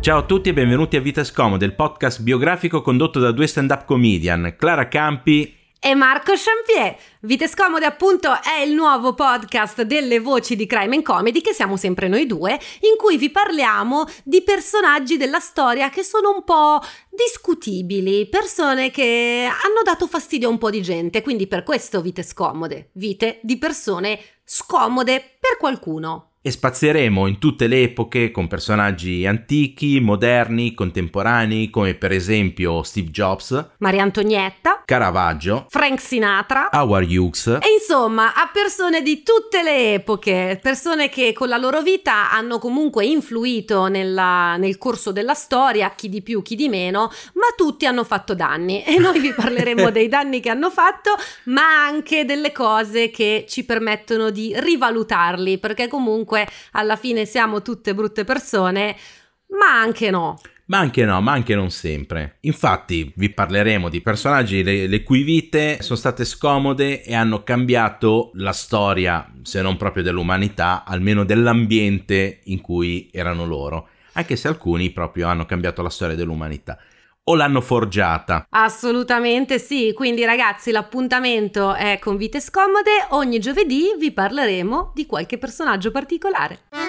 Ciao a tutti e benvenuti a Vite Scomode, il podcast biografico condotto da due stand-up comedian, Clara Campi e Marco Champier. Vite Scomode appunto è il nuovo podcast delle voci di Crime and Comedy, che siamo sempre noi due, in cui vi parliamo di personaggi della storia che sono un po' discutibili, persone che hanno dato fastidio a un po' di gente, quindi per questo Vite Scomode, vite di persone scomode per qualcuno. e spazieremo in tutte le epoche con personaggi antichi, moderni, contemporanei, come per esempio Steve Jobs, Maria Antonietta, Caravaggio, Frank Sinatra, Howard Hughes e insomma a persone di tutte le epoche, persone che con la loro vita hanno comunque influito nel corso della storia, chi di più chi di meno, ma tutti hanno fatto danni e noi vi parleremo dei danni che hanno fatto, ma anche delle cose che ci permettono di rivalutarli, perché comunque alla fine siamo tutte brutte persone, ma anche no. Ma anche no, ma anche non sempre. Infatti vi parleremo di personaggi le cui vite sono state scomode e hanno cambiato la storia, se non proprio dell'umanità, almeno dell'ambiente in cui erano loro, anche se alcuni proprio hanno cambiato la storia dell'umanità o l'hanno forgiata. Assolutamente sì, quindi ragazzi l'appuntamento è con Vite Scomode, ogni giovedì vi parleremo di qualche personaggio particolare.